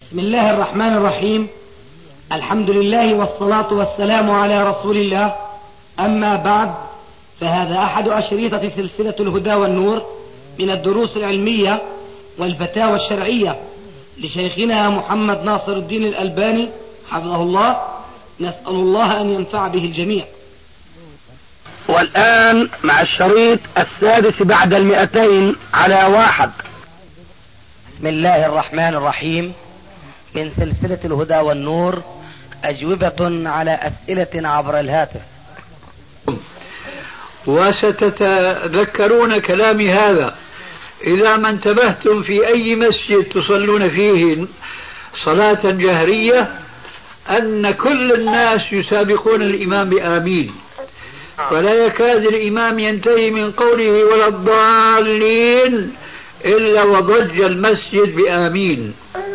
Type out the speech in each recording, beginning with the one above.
بسم الله الرحمن الرحيم. الحمد لله والصلاة والسلام على رسول الله. أما بعد، فهذا أحد أشريطة سلسلة الهدى والنور من الدروس العلمية والفتاوى الشرعية لشيخنا محمد ناصر الدين الألباني حفظه الله. نسأل الله أن ينفع به الجميع. والآن مع الشريط السادس بعد 200 على 1. بسم الله الرحمن الرحيم. من سلسلة الهدى والنور، أجوبة على أسئلة عبر الهاتف. وستتذكرون كلامي هذا إذا ما انتبهتم في أي مسجد تصلون فيه صلاة جهرية أن كل الناس يسابقون الإمام بآمين، ولا يكاد الإمام ينتهي من قوله ولا الضالين إلا وضج المسجد بآمين.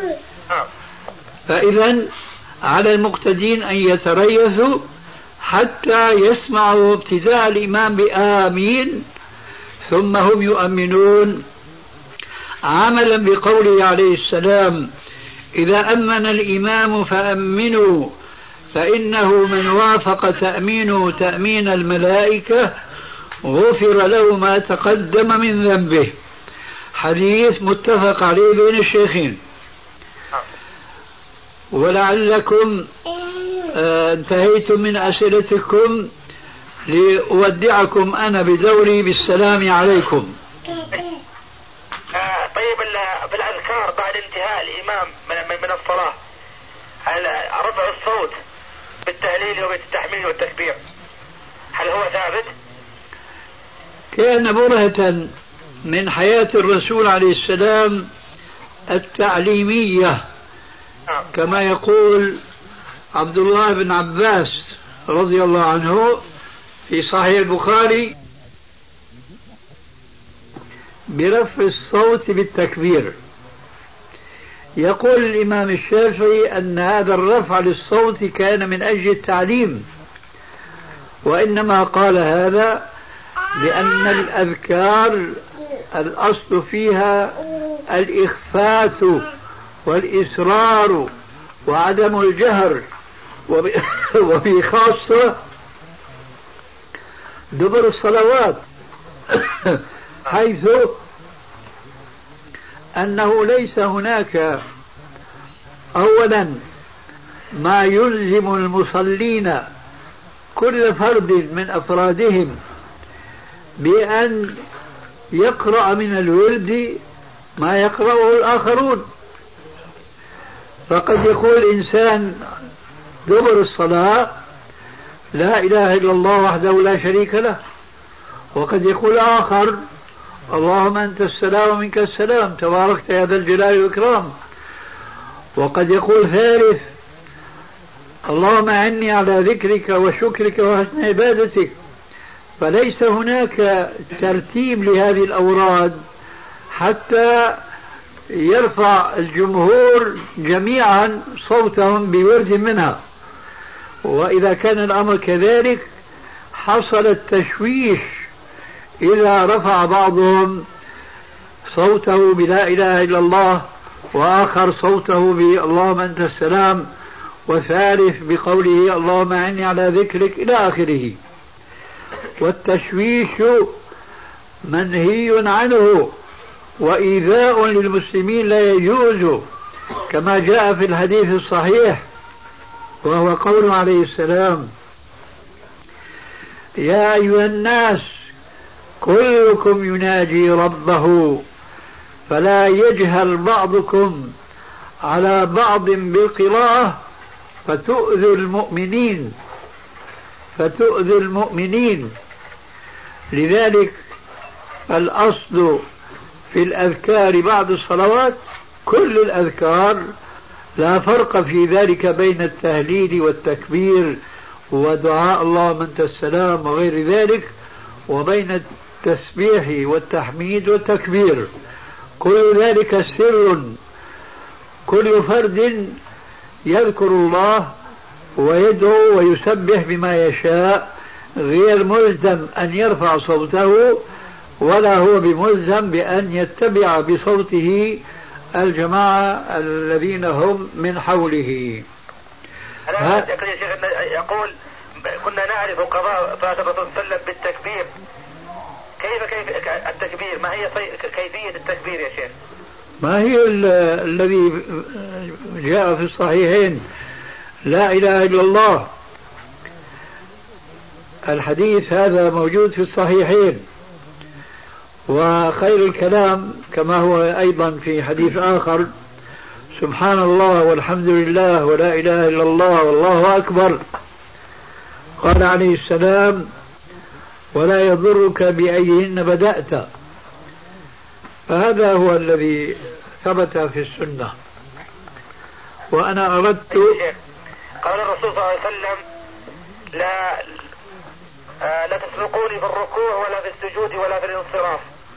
فإذا على المقتدين أن يتريثوا حتى يسمعوا ابتداء الإمام بآمين، ثم هم يؤمنون عملا بقوله عليه السلام: إذا أمن الإمام فأمنوا فإنه من وافق تأمينه تأمين الملائكة غفر له ما تقدم من ذنبه. حديث متفق عليه بين الشيخين. ولعلكم انتهيتم من أسئلتكم لأودعكم أنا بدوري بالسلام عليكم. طيب، بالأذكار بعد انتهاء الإمام من الصلاة، هل رفع الصوت بالتهليل وبالتحميد والتكبير هل هو ثابت؟ كان برهة من حياة الرسول عليه السلام التعليمية، كما يقول عبد الله بن عباس رضي الله عنه في صحيح البخاري: برفع الصوت بالتكبير. يقول الإمام الشافعي أن هذا الرفع للصوت كان من أجل التعليم، وإنما قال هذا لأن الأذكار الأصل فيها الإخفات والإسرار وعدم الجهر، وبخاصة دبر الصلوات، حيث أنه ليس هناك أولا ما يلزم المصلين كل فرد من أفرادهم بأن يقرأ من الورد ما يقرأه الآخرون. فقد يقول إنسان دبر الصلاة: لا إله إلا الله وحده لا شريك له، وقد يقول آخر: اللهم أنت السلام ومنك السلام تباركت يا ذا الجلال والإكرام، وقد يقول ثالث: اللهم أعني على ذكرك وشكرك وحسن عبادتك. فليس هناك ترتيب لهذه الأوراد حتى يرفع الجمهور جميعا صوتهم بورد منها، وإذا كان الأمر كذلك حصل التشويش إذا رفع بعضهم صوته بلا إله إلا الله، وآخر صوته باللهم أنت السلام، وثالث بقوله اللهم أعني على ذكرك إلى آخره. والتشويش منهي عنه وإيذاء للمسلمين لا يجوز، كما جاء في الحديث الصحيح، وهو قوله عليه السلام: يا أيها الناس كلكم يناجي ربه فلا يجهل بعضكم على بعض بالقراءة فتؤذي المؤمنين. لذلك الأصل في الأذكار بعد الصلوات كل الأذكار، لا فرق في ذلك بين التهليل والتكبير ودعاء اللهم أنت السلام وغير ذلك، وبين التسبيح والتحميد والتكبير. كل ذلك سر، كل فرد يذكر الله ويدعو ويسبح بما يشاء، غير ملزم أن يرفع صوته، ولا هو بملزم بأن يتبع بصوته الجماعة الذين هم من حوله. يقول كنا نعرف قضاء فات الرسول صلى الله عليه وسلم بالتكبير، كيف التكبير؟ ما هي كيفية التكبير يا شيخ؟ ما هي الذي جاء في الصحيحين؟ لا إله إلا الله. الحديث هذا موجود في الصحيحين. وخير الكلام كما هو أيضا في حديث آخر: سبحان الله والحمد لله ولا إله إلا الله والله أكبر. قال عليه السلام: ولا يضرك بأيهن بدأت. فهذا هو الذي ثبت في السنة. وأنا أردت قال الرسول صلى الله عليه وسلم: لا تسبقوني في الركوع ولا في السجود ولا في الانصراف.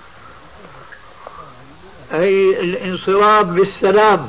أي الانصراف بالسلام.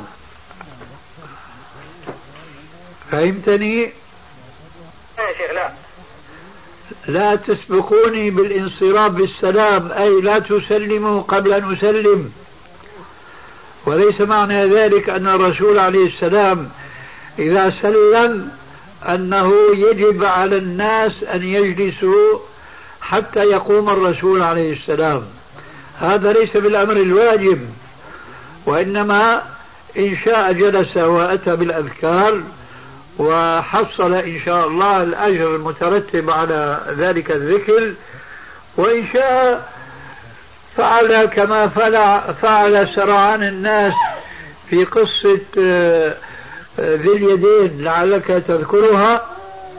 فهمتني؟ يا شيخ لا تسبقوني بالانصراف بالسلام، أي لا تسلموا قبل أن أسلم. وليس معنى ذلك أن الرسول عليه السلام إذا سلم أنه يجب على الناس أن يجلسوا حتى يقوم الرسول عليه السلام. هذا ليس بالأمر الواجب، وإنما إن شاء جلس وأتى بالأذكار وحصل إن شاء الله الأجر المترتب على ذلك الذكر، وإن شاء فعل كما فعل سرعان الناس في قصة ذي اليدين، لعلك تذكرها.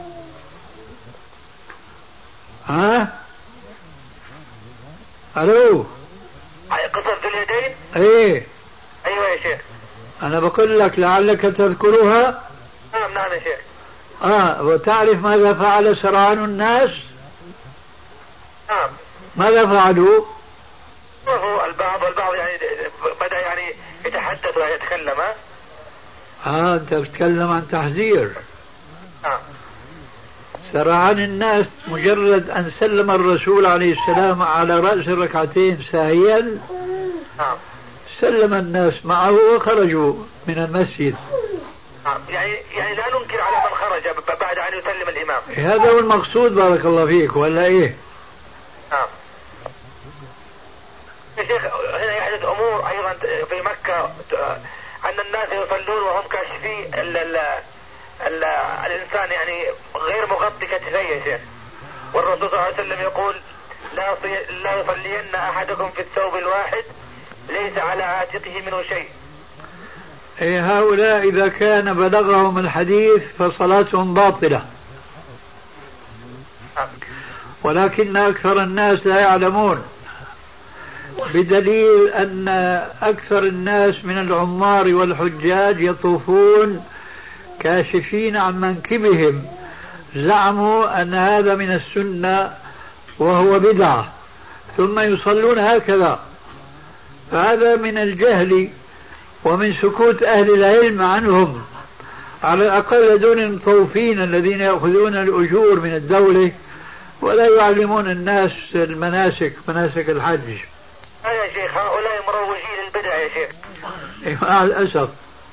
ألو، قصة ذي اليدين؟ ايه ايوه يا شيخ، انا بقول لك لعلك تذكرها. نعم يا شيخ. وتعرف ماذا فعل سرعان الناس؟ نعم. ماذا فعلوا؟ البعض يعني بدأ يعني يتحدث ويتكلم. انت بتتكلم عن تحذير. سرعان الناس مجرد أن سلم الرسول عليه السلام على رأس الركعتين ساهيا، سلم الناس معه وخرجوا من المسجد. يعني لا ننكر على من خرج بعد أن يسلم الإمام. هذا هو المقصود. بارك الله فيك. ولا إيه؟ يا شيخ، هنا يحدث أمور أيضا في مكة، أن الناس يصلون وهم كاشفي الإنسان يعني غير مغطي كتفيه يا شيخ، والرسول صلى الله عليه وسلم يقول: لا يصلين أحدكم في الثوب الواحد ليس على عاتقه منه شيء. هؤلاء إذا كان بلغهم الحديث فصلاتهم باطلة، ولكن أكثر الناس لا يعلمون، بدليل أن أكثر الناس من العمار والحجاج يطوفون كاشفين عن منكبهم، زعموا أن هذا من السنة وهو بدعة، ثم يصلون هكذا. فهذا من الجهل ومن سكوت أهل العلم عنهم، على الأقل دون المطوفين الذين يأخذون الأجور من الدولة ولا يعلمون الناس المناسك، مناسك الحج. يا شيخ، هؤلاء مروجين البدع يا شيخ. مع الأسف.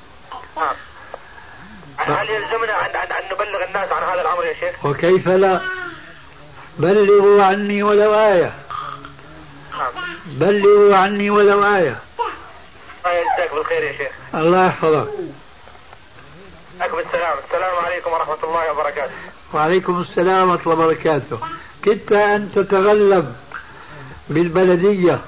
هل يلزمنا أن نبلغ الناس عن هذا الأمر يا شيخ؟ وكيف لا؟ بلغوا عني ولو آية. بلغوا عني ولو آية. الله يجزاك بالخير يا شيخ. الله يحفظك. السلام عليكم ورحمة الله وبركاته. وعليكم السلام ورحمة الله وبركاته. كدت أن تتغلب بالبلدية.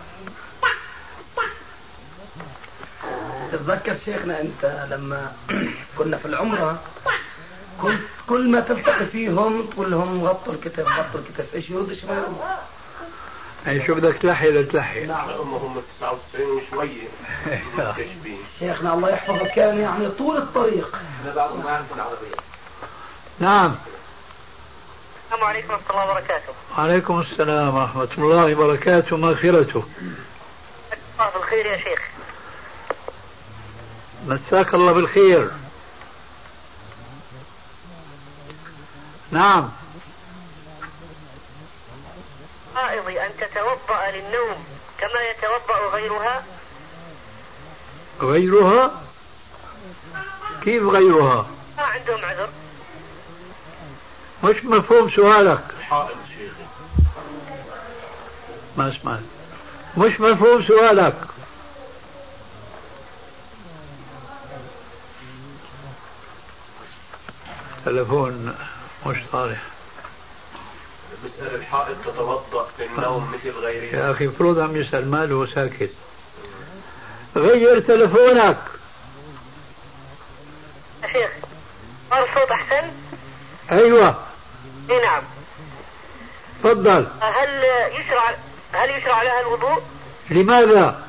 تتذكر شيخنا أنت لما كنا في العمرة كنت كل ما تلتقي فيهم تقول لهم غطوا الكتف غطوا الكتف، ايش يرد ايش ما يرد؟ اي شو بدك تلحي لتلحي. نعم هم 99 وشوية. شيخنا الله يحفظه كان يعني طول الطريق. أنا بعضهم ما يعرفون العربية. نعم. السلام عليكم ورحمة الله وبركاته. وعليكم السلام ورحمة الله وبركاته. مغفرته. الله بالخير يا شيخ. مساك الله بالخير. نعم. حائض أن تتوضأ للنوم كما يتوضأ غيرها؟ غيرها؟ كيف غيرها؟ ما عندهم عذر. مش مفهوم سؤالك. الحائط شيخي. ما اسمعت. مش مفهوم سؤالك. تلفون مش صالح. بسأل الحائط تتوضأ للنوم مثل غيرها؟ يا أخي فرض عم يسأل ماله ساكت. غير تلفونك. يا شيخ صار الصوت أحسن؟ أيوة. إيه نعم. تفضل. هل يشرع لها الوضوء؟ لماذا؟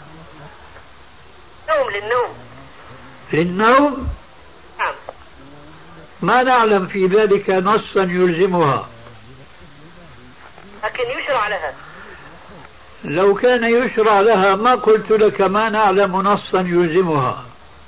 للنوم. للنوم؟ نعم. ما نعلم في ذلك نصا يلزمها، لكن يشرع لها. لو كان يشرع لها ما قلت لك ما نعلم نصا يلزمها.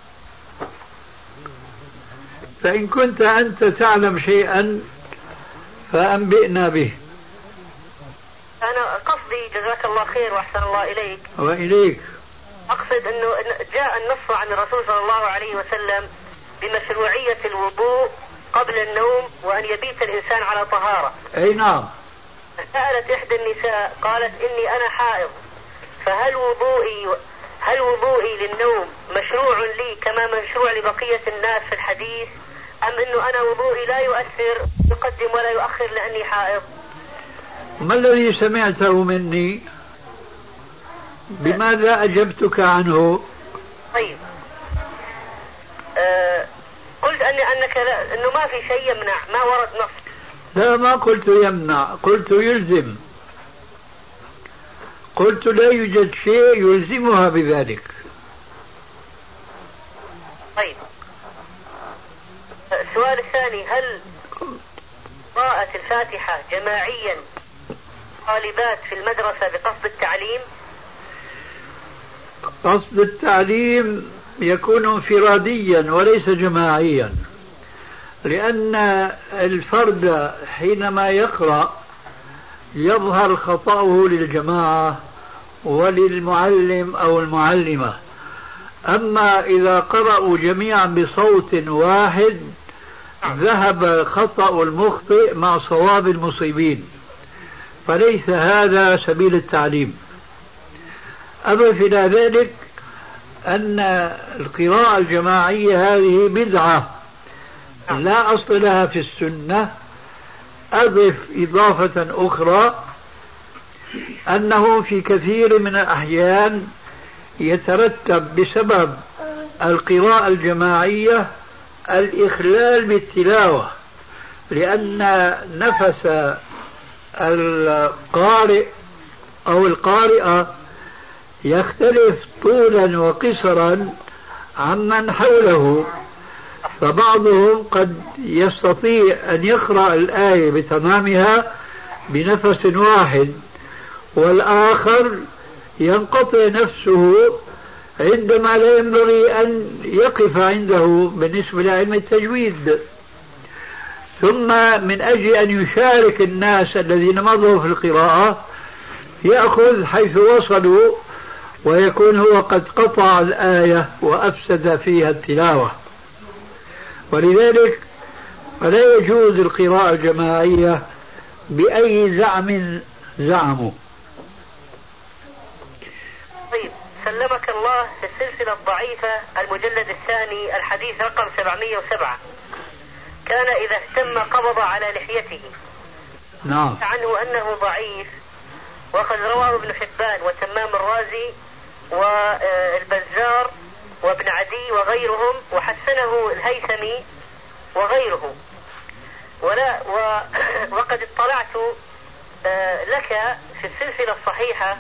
فإن كنت أنت تعلم شيئا فأنبئنا به. أنا قصدي جزاك الله خير وأحسن الله إليك. وإليك. أقصد أنه جاء النص عن الرسول صلى الله عليه وسلم بمشروعية الوضوء قبل النوم وأن يبيت الإنسان على طهارة. أي نعم. سألت إحدى النساء قالت إني أنا حائض، فهل وضوئي للنوم مشروع لي كما مشروع لبقية الناس في الحديث، أم أنه أنا وضوئي لا يؤثر يقدم ولا يؤخر لأني حائض؟ ما الذي سمعته مني؟ بماذا أجبتك عنه؟ طيب قلت أنه ما في شيء يمنع، ما ورد نص. لا ما قلت يمنع، قلت يلزم. قلت لا يوجد شيء يلزمها بذلك. طيب السؤال الثاني، هل قراءة الفاتحة جماعيا طالبات في المدرسة بقصد التعليم؟ قصد التعليم يكون انفراديا وليس جماعيا، لأن الفرد حينما يقرأ يظهر خطأه للجماعة وللمعلم أو المعلمة. أما إذا قرأوا جميعا بصوت واحد ذهب خطأ المخطئ مع صواب المصيبين، فليس هذا سبيل التعليم. أضف إلى ذلك أن القراءة الجماعية هذه بدعة لا أصل لها في السنة. أضف إضافة أخرى أنه في كثير من الأحيان يترتب بسبب القراءة الجماعية الإخلال بالتلاوة، لأن نفس القارئ أو القارئة يختلف طولا وقصرا عمن حوله، فبعضهم قد يستطيع أن يقرأ الآية بتمامها بنفس واحد، والآخر ينقطع نفسه عندما لا ينبغي أن يقف عنده بالنسبة لعلم التجويد. ثم من أجل أن يشارك الناس الذين مضوا في القراءة يأخذ حيث وصلوا، ويكون هو قد قطع الآية وأفسد فيها التلاوة. ولذلك فلا يجوز القراءة الجماعية بأي زعم زعموا. طيب سلمك الله، في السلسلة الضعيفة المجلد الثاني الحديث رقم 707 كان إذا اهتم قبض على لحيته. نعم. عنه أنه ضعيف، وقد رواه ابن حبان وتمام الرازي والبزار وابن عدي وغيرهم، وحسنه الهيثمي وغيره. وقد اطلعت لك في السلسلة الصحيحة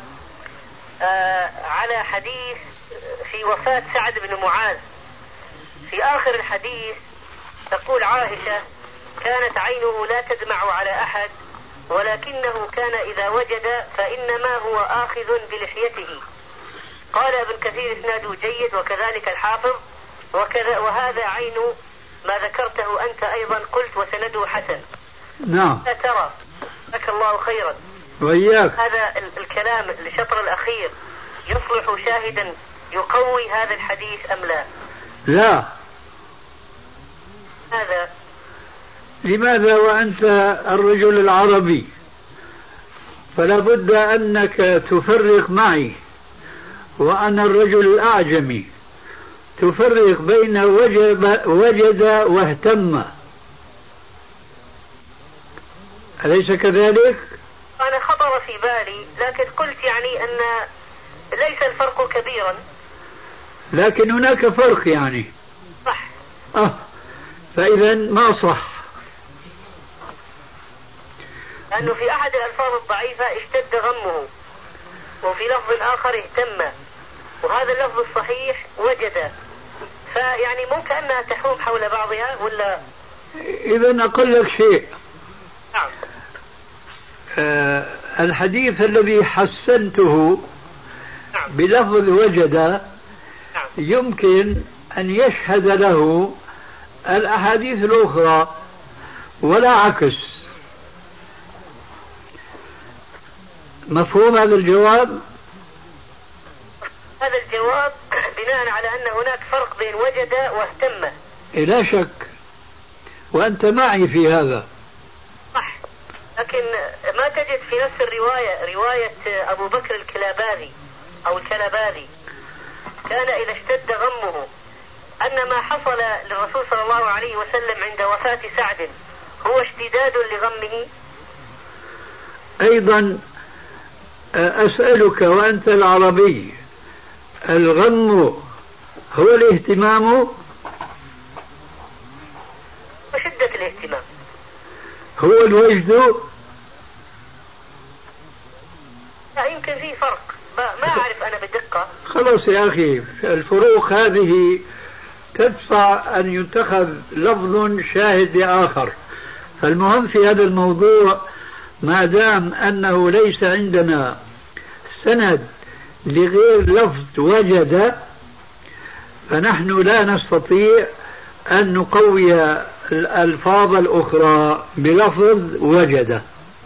على حديث في وفاة سعد بن معاذ. في آخر الحديث تقول عائشة: كانت عينه لا تدمع على أحد، ولكنه كان إذا وجد فإنما هو آخذ بلحيته. قال ابن كثير: اسناده جيد، وكذلك الحافظ، وهذا عين ما ذكرته أنت أيضا قلت وسنده حسن. نعم. لا ترى جزاك الله خيرا. وإياك. هذا الكلام الشطر الأخير يصلح شاهدا يقوي هذا الحديث أم لا؟ لا. هذا لماذا وأنت الرجل العربي؟ فلا بد أنك تفرق معي، وأنا الرجل الأعجمي، تفرق بين وجد واهتم، أليس كذلك؟ أنا خطر في بالي، لكن قلت يعني أن ليس الفرق كبيرا. لكن هناك فرق يعني. صح. فإذا ما صح. لأنه في أحد الألفاظ الضعيفة اشتد غمه، وفي لفظ آخر اهتم، وهذا اللفظ الصحيح وجد. فيعني ممكن أنها تحوم حول بعضها ولا؟ إذا أقول لك شيء. نعم. الحديث الذي حسنته بلفظ وجد يمكن أن يشهد له الأحاديث الأخرى ولا عكس. مفهوم هذا الجواب؟ هذا الجواب بناء على أن هناك فرق بين وجد واهتم. لا شك، وأنت معي في هذا. صح. لكن ما تجد في نفس الرواية، رواية أبو بكر الكلاباذي أو الكلباذي، كان إذا اشتد غمه أن ما حصل للرسول صلى الله عليه وسلم عند وفاة سعد هو اشتداد لغمه. أيضا أسألك وأنت العربي، الغم هو الاهتمام وشدة الاهتمام؟ هو الوجد؟ لا، يمكن في فرق، ما أعرف أنا بدقة. خلاص يا أخي، الفروق هذه تدفع أن يتخذ لفظ شاهد لآخر. فالمهم في هذا الموضوع، ما دام أنه ليس عندنا سند لغير لفظ وجد، فنحن لا نستطيع أن نقوي الألفاظ الأخرى بلفظ وجد.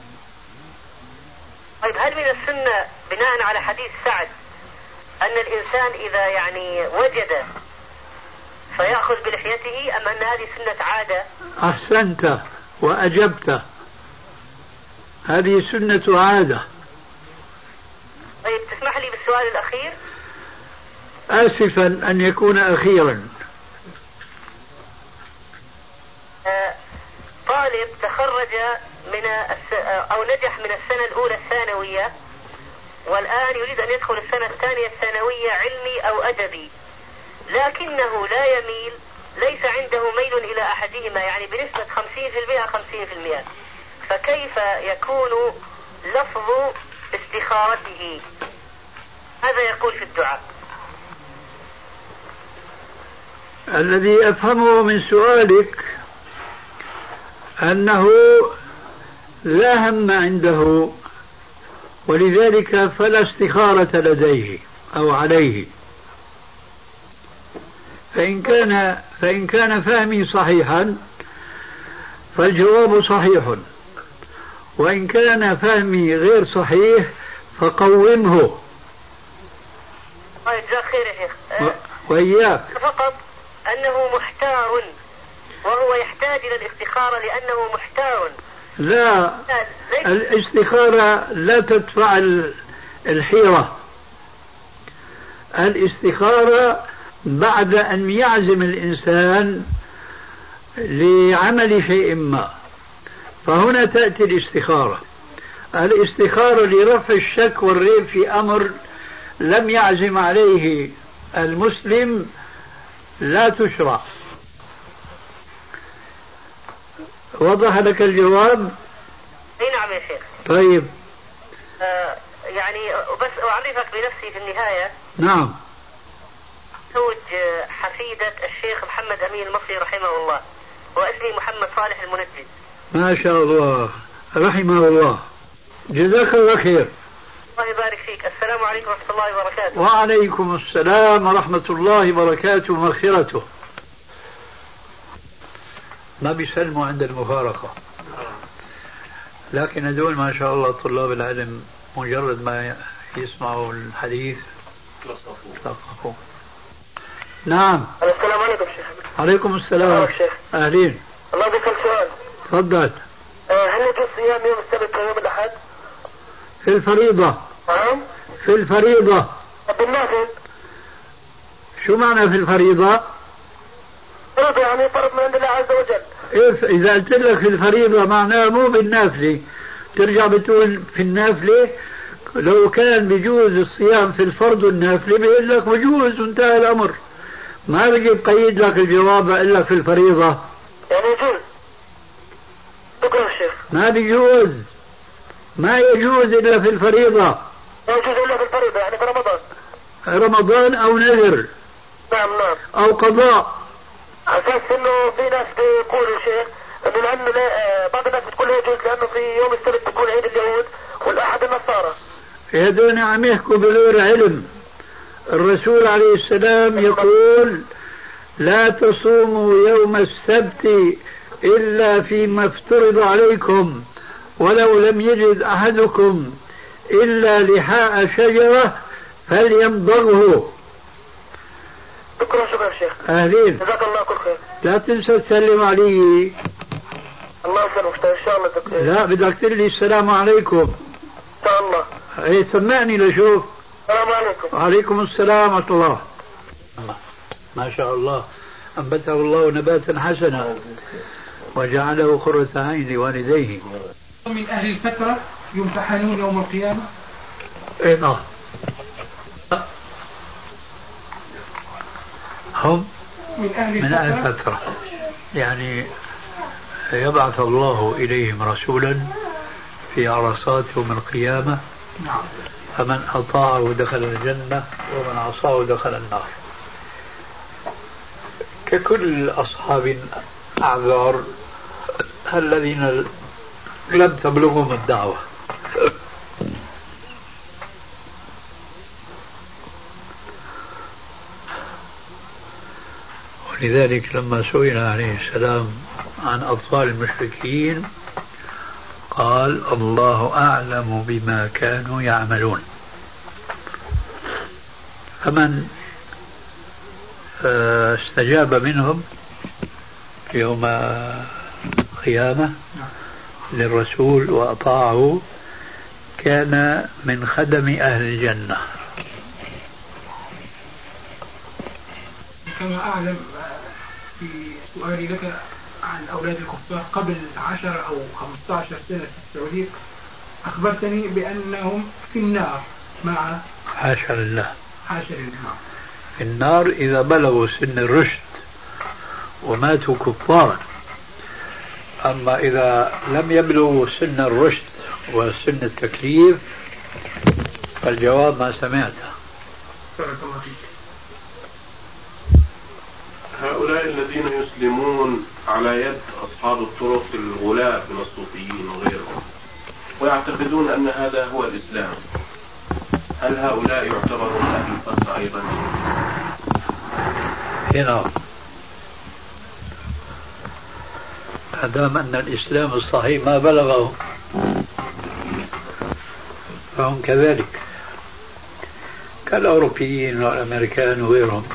طيب، هل من السنة بناء على حديث سعد أن الإنسان إذا يعني وجد فيأخذ بلحيته، أم أن هذه سنة عادة؟ أحسنت وأجبت، هذه سنة عادة. طيب، تسمح لي بالسؤال الأخير؟ آسفا أن يكون أخيرا. طالب تخرج من أو نجح من السنة الأولى الثانوية، والآن يريد أن يدخل السنة الثانية الثانوية علمي أو أدبي، لكنه لا يميل، ليس عنده ميل إلى أحدهما، يعني بنسبة 50% 50%، فكيف يكون لفظ استخارته؟ هذا يقول في الدعاء. الذي أفهمه من سؤالك أنه لا هم عنده، ولذلك فلا استخارة لديه أو عليه. فإن كان فهمي صحيحا فالجواب صحيح، وإن كان فهمي غير صحيح فقومه. طيب، جزاك خير يا شيخ. وإياك. فقط أنه محتار، وهو يحتاج إلى الاستخارة لأنه محتار. لا، الاستخارة لا تدفع الحيرة. الاستخارة بعد أن يعزم الإنسان لعمل شيء ما، فهنا تأتي الاستخارة. الاستخارة لرفع الشك والريب في أمر لم يعزم عليه المسلم لا تشرع. وضح لك الجواب؟ اي نعم يا شيخ. طيب، يعني بس أعرفك بنفسي في النهاية. نعم. زوج حفيدة الشيخ محمد أمين المصري رحمه الله، واسمي محمد صالح المنجد. ما شاء الله، رحمه الله، جزاك الله خير. الله يبارك فيك. السلام عليكم ورحمة الله وبركاته. وعليكم السلام ورحمة الله وبركاته ومغفرته. ما بيسلموا عند المفارقة، لكن هذول ما شاء الله طلاب العلم مجرد ما يسمعوا الحديث لاصطفوه. نعم. السلام عليكم شيخ. عليكم السلام. أهلين. الله يبارك فيك. سؤال. تفضل. هل يجوز صيام يوم السبت ويوم الأحد؟ في الفريضة. نعم. في الفريضة. بالنافل. شو معنى في الفريضة؟ فرض يعني فرض من عند الله عز وجل. إذا قلت لك في الفريضة معناه مو بالنافلة، ترجع بتقول في النافلة. لو كان بيجوز الصيام في الفرض والنافلة بيقول لك بجوز وانتهى الأمر، ما بيجي بقيد لك الجواب إلا في الفريضة. يعني يجوز. شكرا الشيخ. ما بيجوز، ما يجوز إلا في الفريضة. ما يجوز إلا في الفريضة يعني في رمضان. رمضان أو نذر. نعم نعم. أو قضاء. أساس إنه في ناس بيقولوا شيخ إنه لأنه بعض الناس بتقول يجوز لأنه في يوم السبت بيكون عيد اليهود والأحد النصارى. هذول عم يحكوا بغير علم. الرسول عليه السلام يقول: لا تصوموا يوم السبت إلا فيما افترض عليكم، ولو لم يجد أحدكم إلا لحاء شجرة فليمضغه. شكرا شيخ. أهلين. جزاك الله كل خير. لا تنسى تسلم علي. الله يسلمك إن شاء الله دكتور. لا بدك تقول لي السلام عليكم. إن شاء الله. ايه سمعني لشوف. السلام عليكم. وعليكم السلام ورحمة الله. ما شاء الله أنبته الله نباتا حسنا وجعله قرة عين لوالديه. من أهل الفترة يمتحنون يوم القيامة. ايه نعم. هم من أهل الفترة يعني يبعث الله إليهم رسولا في عرصات يوم القيامة. نعم. فمن أطاعه دخل الجنة ومن عصاه دخل النار. ككل أصحاب الأعذار الذين لم تبلغهم الدعوة. ولذلك لما سئل عليه السلام عن أطفال المشركين قال: الله أعلم بما كانوا يعملون. فمن استجاب منهم يوم القيامة للرسول وأطاعه كان من خدم أهل الجنة. كما أعلم في سؤالي لك عن أولاد الكفار قبل 10 أو 15 سنة في السعودية أخبرتني بأنهم في النار مع حاشا لله. حاشا لله. في النار إذا بلغوا سن الرشد وماتوا كفارا. أما إذا لم يبلغوا سن الرشد وسن التكليف فالجواب ما سمعته. هؤلاء الذين يسلمون على يد أصحاب الطرق الغلاة من الصوفيين وغيرهم ويعتقدون أن هذا هو الإسلام، هل هؤلاء يعتبرون أهل الفترة أيضا؟ هنا أدام أن الإسلام الصحيح ما بلغهم فهم كذلك كالأوروبيين والأمريكان وغيرهم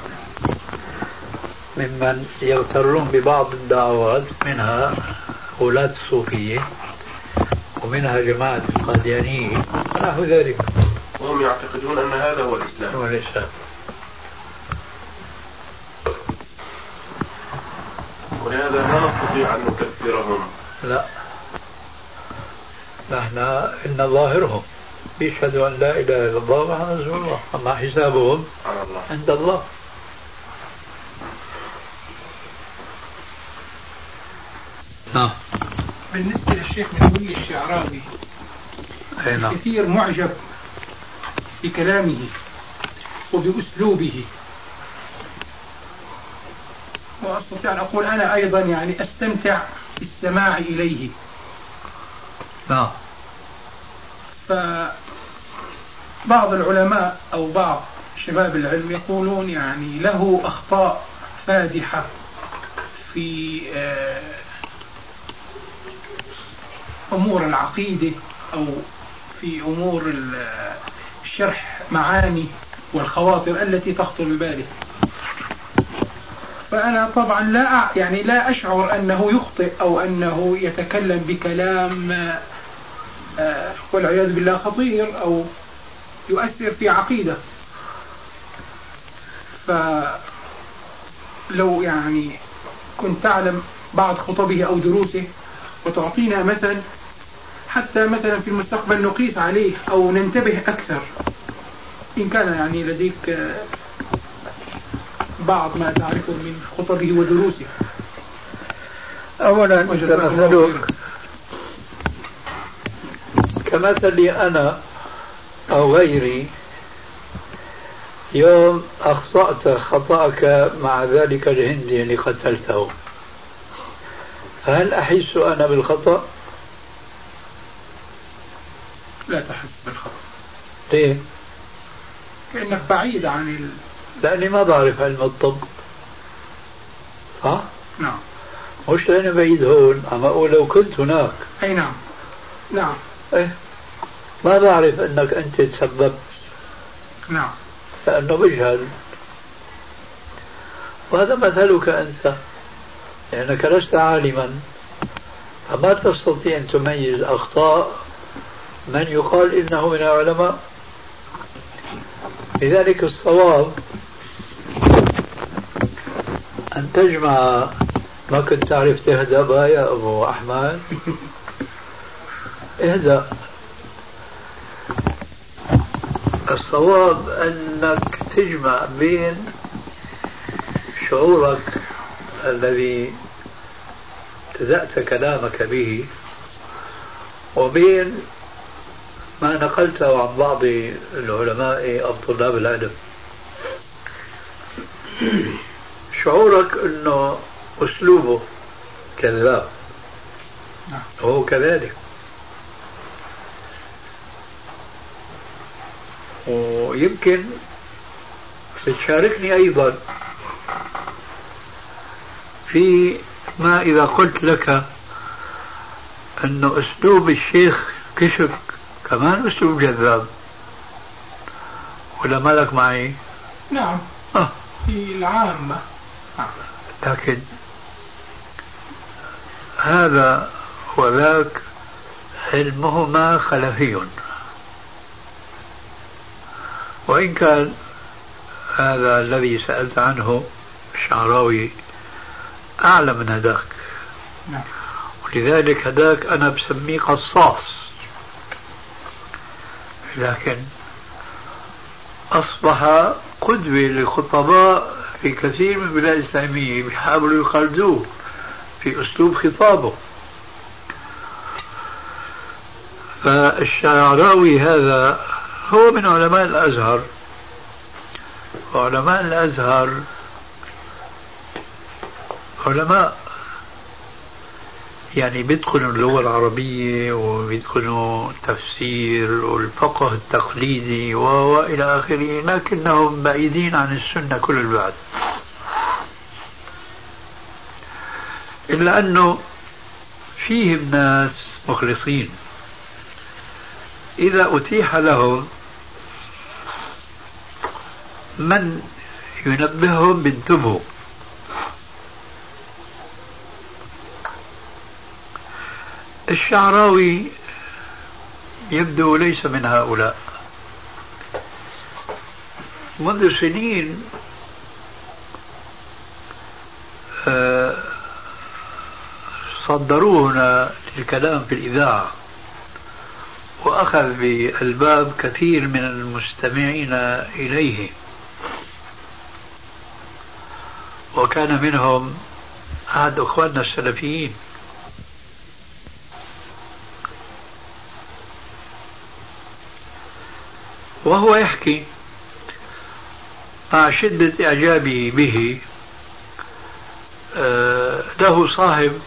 ممن يغترون ببعض الدعوات منها غلاة الصوفية ومنها جماعة القاديانية ونحو ذلك، وهم يعتقدون أن هذا هو الإسلام. هو الإسلام. ولهذا لا نستطيع أن نكفرهم. لا، نحن إن ظاهرهم يشهدوا أن لا إله إلا الله ومحمد رسول الله، أما حسابهم على الله عند الله. بالنسبة للشيخ منوي الشعراوي كثير معجب بكلامه وبأسلوبه، وأستطيع أن أقول أنا أيضا يعني أستمتع بالسماع إليه. فبعض العلماء أو بعض شباب العلم يقولون يعني له أخطاء فادحة في أمور العقيدة أو في أمور الشرح معاني والخواطر التي تخطر بباله. فأنا طبعا لا أشعر أنه يخطئ أو أنه يتكلم بكلام والعياذ بالله خطير أو يؤثر في عقيدة. فلو يعني كنت تعلم بعض خطبه أو دروسه وتعطينا مثل حتى مثلا في المستقبل نقيس عليه أو ننتبه أكثر، إن كان يعني لديك بعض ما تعرفه من خطبه ودروسه. أولا أنت مثلك كمثلي أنا أو غيري، يوم أخطأت خطأك مع ذلك الهندي اللي قتلته، هل أحس أنا بالخطأ؟ لا تحس بالخطأ. ليه؟ كأنك بعيد عن لأني ما بعرف علم الطب. صح؟ نعم. مش لأني بعيد هون، عم أقول لو كنت هناك. أي نعم. نعم. إيه؟ ما بعرف أنك أنت تسببت. نعم. لأنه بجهل. وهذا مثلك أنت، لأنك لست عالما فما تستطيع أن تميز أخطاء من يقال إنه من العلماء. لذلك الصواب أن تجمع. ما كنت تعرف تهدأ بها يا أبو أحمد؟ اهدأ. الصواب أنك تجمع بين شعورك الذي ابتدأت كلامك به وبين ما نقلته عن بعض العلماء أو طلاب العلم. شعورك أنه أسلوبه كذاب وهو كذلك، ويمكن تشاركني أيضا في ما إذا قلت لك أنه أسلوب الشيخ كشك كمان أسلوب جذاب، ولا مالك معي؟ نعم. في العامة. لكن هذا وذاك علمهما خلفي، وإن كان هذا الذي سألت عنه الشعراوي أعلى من هداك. نعم. ولذلك هداك أنا بسميه قصاص، لكن أصبح قدوة للخطباء في كثير من البلاد الإسلامية، بيحاولوا يقلدوه في أسلوب خطابه. فالشعراوي هذا هو من علماء الأزهر، وعلماء الأزهر علماء يعني بيدخلوا اللغة العربية وبيدخلوا التفسير والفقه التقليدي وإلى آخره، لكنهم بعيدين عن السنة كل البعد. إلا أنه فيهم ناس مخلصين إذا أتيح لهم من ينبههم بانتبهوا. الشعراوي يبدو ليس من هؤلاء. منذ سنين صدروه هنا للكلام في الإذاعة، وأخذ بالباب كثير من المستمعين إليه، وكان منهم أحد أخواننا السلفيين. وهو يحكي مع شدة إعجابه به له صاحب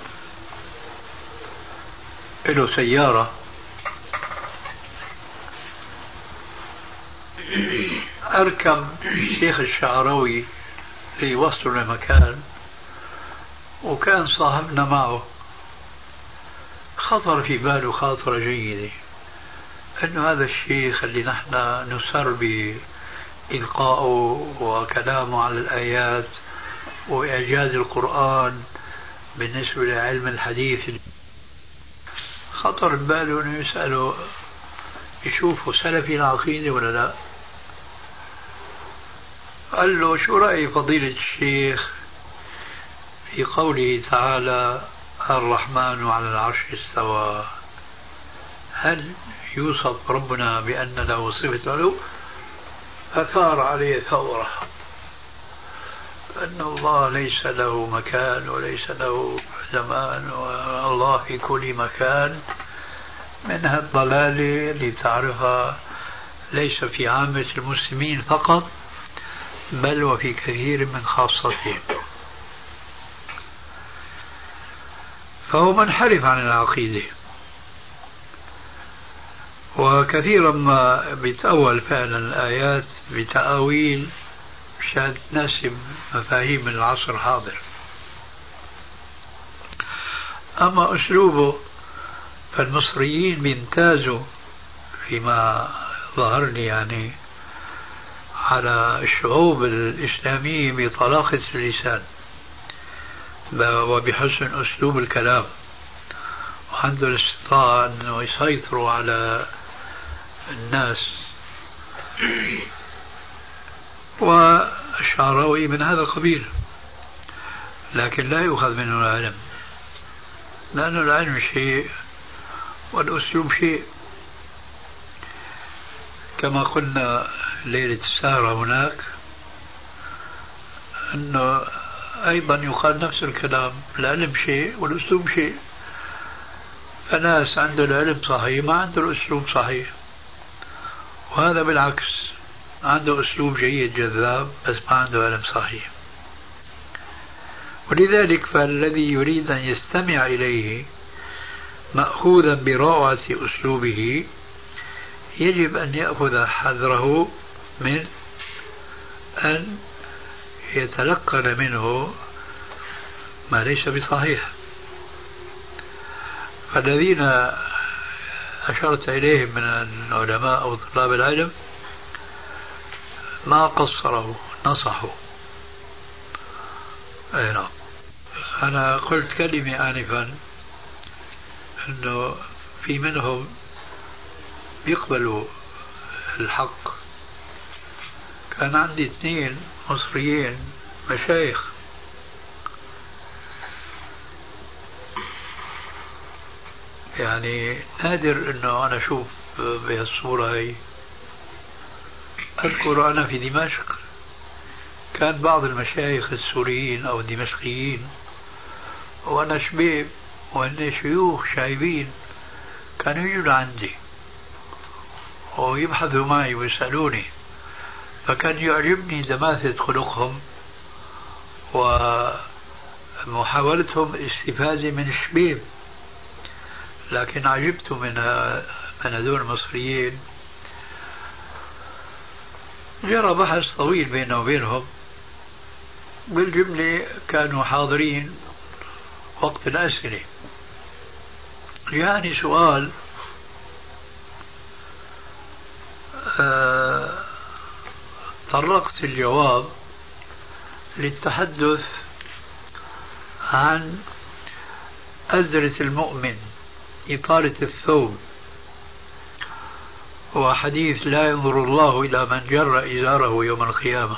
له سيارة أركب الشيخ الشعراوي ليوصل لمكان، وكان صاحبنا معه. خطر في باله خاطرة جيدة أنه هذا الشيخ اللي نحن نسر إلقاؤه وكلامه على الآيات وإعجاز القرآن بالنسبة لعلم الحديث، خطر بباله أنه يسأله يشوفوا سلفي العقيدة ولا لا. قال له شو رأي فضيلة الشيخ في قوله تعالى الرحمن على العرش استوى، هل يوصف ربنا بأن له صفة له؟ أثار عليه ثورة أن الله ليس له مكان وليس له زمان والله في كل مكان، منها الضلالة اللي تعرفها ليس في عامة المسلمين فقط بل وفي كثير من خاصتهم. فهو منحرف عن العقيدة، وكثيرا ما بيتأول فعلا الآيات بتأويل مشان تناسب مفاهيم العصر الحاضر. أما أسلوبه فالمصريين بيمتازوا فيما ظهر لي يعني على الشعوب الإسلامية بطلاقة اللسان وبحسن أسلوب الكلام، وعنده الاستطاعة أنه يسيطروا على الناس. والشعراوي من هذا القبيل، لكن لا يؤخذ منه العلم، لأن العلم شيء والأسلوب شيء. كما قلنا ليلة السهرة هناك أنه أيضا يقال نفس الكلام، العلم شيء والأسلوب شيء. فناس عنده العلم صحيح ما عنده الأسلوب صحيح، وهذا بالعكس عنده أسلوب جيد جذاب بس ما عنده علم صحيح. ولذلك فالذي يريد أن يستمع إليه مأخوذا بروعة أسلوبه يجب أن يأخذ حذره من أن يتلقن منه ما ليس بصحيح. فالذين أشرت إليهم من العلماء أو طلاب العلم ما قصروا نصحوا. أي نعم. أنا قلت كلمة آنفا أنه في منهم بيقبلوا الحق. كان عندي 2 مصريين مشايخ يعني نادر أنه أنا أشوف بهالصورة هي. أذكر أنا في دمشق كان بعض المشايخ السوريين أو الدمشقيين وأنا شبيب وهن شيوخ شايبين كانوا يجوا عندي ويبحثوا معي ويسألوني، فكان يعجبني دماثة خلقهم ومحاولتهم الاستفادة من الشبيب. لكن عجبت من هذول المصريين. جرى بحث طويل بيننا وبينهم، بالجملة كانوا حاضرين وقت الأسئلة. يعني سؤال طرقت الجواب للتحدث عن أزرة المؤمن إطالة الثوب، وحديث لا ينظر الله إلى من جر إزاره يوم القيامة.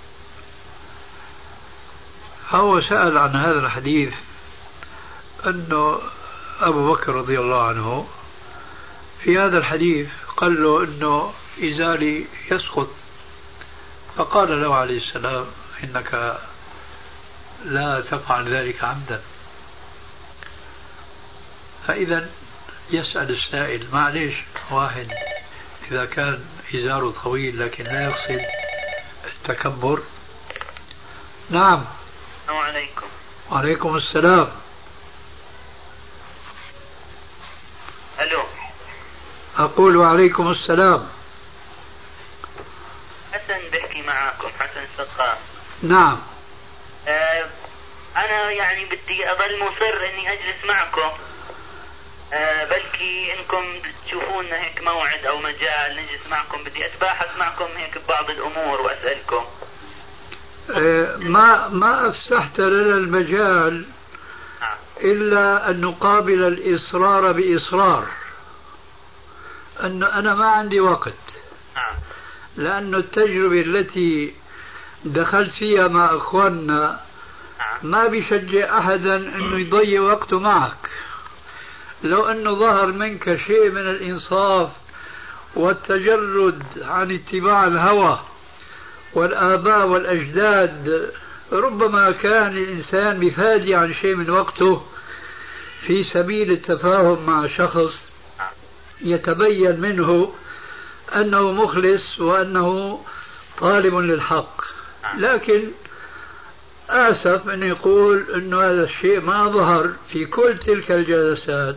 هو سأل عن هذا الحديث أنه أبو بكر رضي الله عنه في هذا الحديث قال له أنه إزاري يسقط، فقال له عليه السلام إنك لا تفعل ذلك عمدا. فإذا يسأل السائل معليش واحد إذا كان إزاره طويل لكن لا يقصد التكبر. نعم. السلام عليكم. وعليكم السلام. ألو. أقول وعليكم السلام. حسن بحكي معاكم، حسن السقاف. نعم. أنا يعني بدي أظل مصر إني أجلس معكم بلكي انكم تشوفون هيك موعد او مجال نجلس معكم، بدي اتباحث معكم هيك ببعض الامور واسالكم. ما افسحت لنا المجال الا ان نقابل الاصرار باصرار، ان انا ما عندي وقت، لأن التجربة التي دخلت فيها مع اخواننا ما بيشجع احدا انه يضيع وقته معك. لو انه ظهر منك شيء من الانصاف والتجرد عن اتباع الهوى والآباء والأجداد، ربما كان الإنسان بفادي عن شيء من وقته في سبيل التفاهم مع شخص يتبين منه أنه مخلص وأنه طالب للحق. لكن آسف أن يقول أنه هذا الشيء ما ظهر في كل تلك الجلسات،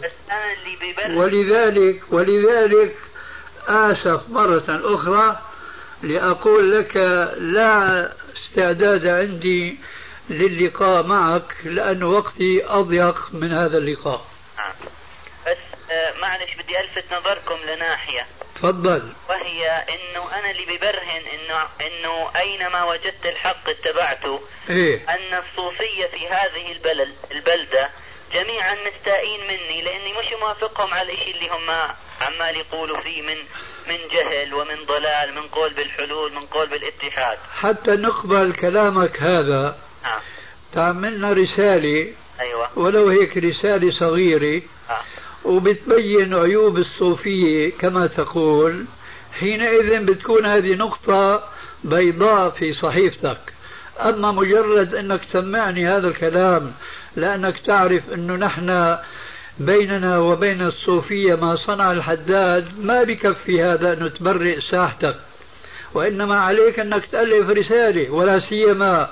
ولذلك آسف مرة أخرى لأقول لك لا استعداد عندي للقاء معك، لأن وقتي أضيق من هذا اللقاء. بس معلش بدي ألفت نظركم لناحية. تفضل. وهي انه انا اللي ببرهن انه اينما وجدت الحق اتبعته. ان الصوفية في هذه البلدة جميعا مستائين مني، لاني مش موافقهم على الاشي اللي هم عمال يقولوا فيه من جهل ومن ضلال، من قول بالحلول، من قول بالاتحاد. حتى نقبل كلامك هذا تعملنا رسالة. أيوة. ولو هيك رسالة صغيرة وبتبين عيوب الصوفية كما تقول، حينئذ بتكون هذه نقطة بيضاء في صحيفتك. أما مجرد أنك سمعني هذا الكلام لأنك تعرف أنه نحن بيننا وبين الصوفية ما صنع الحداد، ما بكفي هذا أنه تبرئ ساحتك، وإنما عليك أنك تألف رسالة، ولا سيما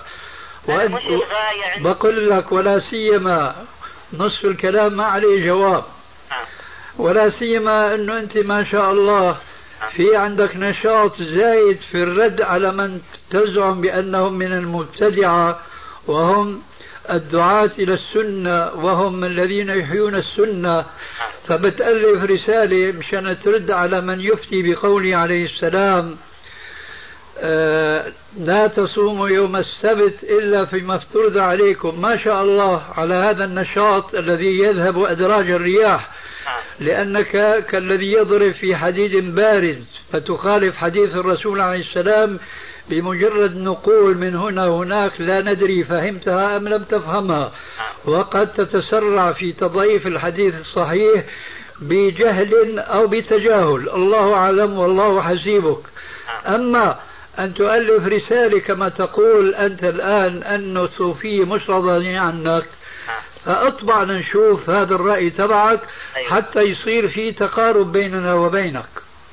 بقول لك ولا سيما نصف الكلام ما عليه جواب، ولا سيما أنه أنت ما شاء الله في عندك نشاط زايد في الرد على من تزعم بأنهم من المبتدعة وهم الدعاة إلى السنة وهم الذين يحيون السنة. فبتألف رسالة مشان ترد على من يفتي بقوله عليه السلام لا تصوموا يوم السبت إلا فيما افترض عليكم. ما شاء الله على هذا النشاط الذي يذهب أدراج الرياح، لأنك كالذي يضرب في حديد بارد فتخالف حديث الرسول عليه السلام بمجرد نقول من هنا وهناك لا ندري فهمتها أم لم تفهمها، وقد تتسرع في تضعيف الحديث الصحيح بجهل أو بتجاهل، الله أعلم والله حسيبك. أما أن تؤلف رسالة كما تقول أنت الآن أن الصوفية مش راضيين عنك، فأطبع نشوف هذا الرأي تبعك حتى يصير في تقارب بيننا وبينك.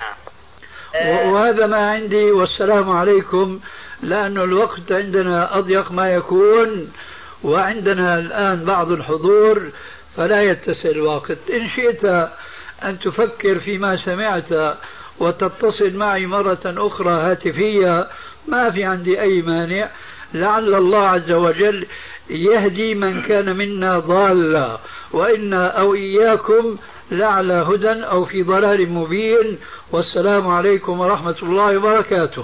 وهذا ما عندي، والسلام عليكم، لأن الوقت عندنا أضيق ما يكون، وعندنا الآن بعض الحضور فلا يتسع الوقت. إن شئت أن تفكر فيما سمعت وتتصل معي مرة أخرى هاتفية ما في عندي أي مانع، لعل الله عز وجل يهدي من كان منا ضالا، وإنا أو إياكم لعلى هدى أو في ضلال مبين. والسلام عليكم ورحمة الله وبركاته.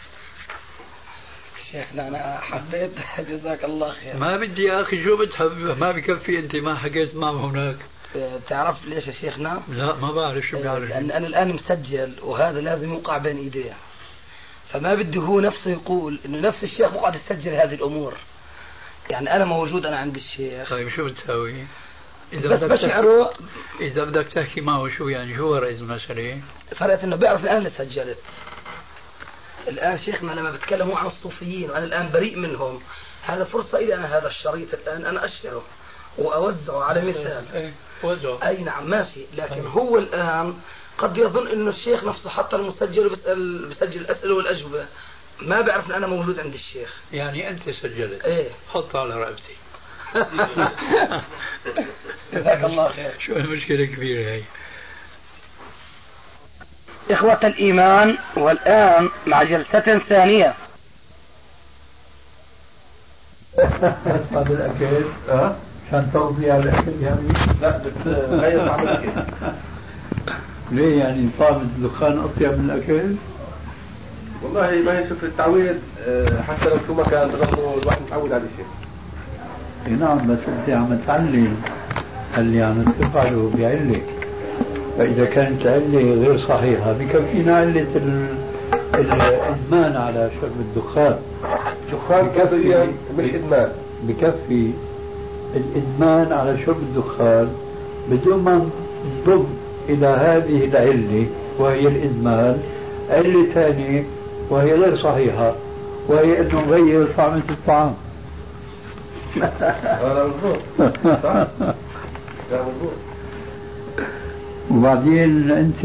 شيخنا أنا حبيت جزاك الله خير. ما بدي يا أخي شو بتحب، ما بكفي أنت ما حكيت معه هناك. تعرف ليش يا شيخنا؟ لا ما بعرف شو بعرف. لأن أنا الآن مسجل وهذا لازم يوقع بين إيديه، فما بده هو نفسه يقول إنه نفس الشيخ مقعد يسجل هذه الأمور. يعني أنا موجود أنا عند الشيخ. طيب شو بتسوي؟ بس بشعره إذا بدك تحكي معه شو يعني شو رئيس المسألة؟ فرقت إنه بيعرف الآن اللي سجلت. الآن شيخنا لما بتكلموا عن الصوفيين وأنا الآن بريء منهم، هذا فرصة إلي أنا هذا الشريط الآن أنا أشهره وأوزعه على مثال. وزعه. أي نعم ماشي، لكن هو الآن قد يظن إنه الشيخ نفسه حتى المسجل بيسجل الأسئلة والأجوبة، ما بيعرف إن أنا موجود عند الشيخ. يعني أنت سجلت؟ إيه. حط على رقبتي. جزاك الله خير. شو المشكلة كبيرة هي. إخوة الإيمان، والآن مع جلسة ثانية. قبل أكل عشان تغطي على الأكل يعني؟ لا بتغير طعم الأكل. ليه يعني طعم الدخان أطيب من الأكل؟ والله ما يشوف التعويد، حتى لو شو ما كان برضه الواحد متعود على شيء. نعم بس أنت عم تعلم اللي عم تفعله بعلة، فإذا كانت علة غير صحيحة بكفينا علة الإدمان على شرب الدخان. دخان كافيا مش إدمان. بكفي الإدمان على شرب الدخان بدون ما نضم إلى هذه العلة وهي الإدمان علة ثانية وهي غير صحيحة، وهي أنه نغير طعمة الطعام. هذا مضبوط. صح. هذا مضبوط. وبعدين أنت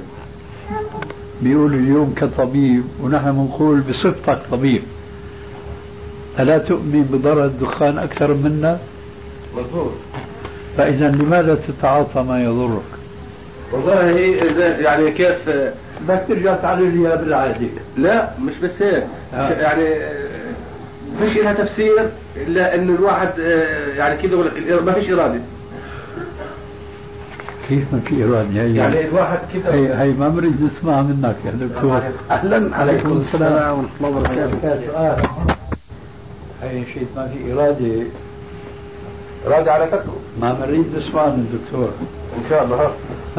بيقول اليوم كطبيب ونحن بنقول بصفتك طبيب، ألا تؤمن بضرر الدخان أكثر منا؟ مضبوط. فإذا لماذا تتعاطى ما يضرك؟ والله يعني كيف بدك ترجع تعلل لي بالعادة. لا مش بس هيك. يعني فيش لها تفسير إلا إنه الواحد يعني كده يقول لك ما فيش إرادة. كيف ما في إرادة؟ يعني الواحد كده هي ما بريد نسمع منك يا دكتور. أهلا. عليكم السلام ورحمة الله وبركاته. هي شيء ما في إرادة. إرادة على فكره. ما نريد نسمع من الدكتور. إن شاء الله.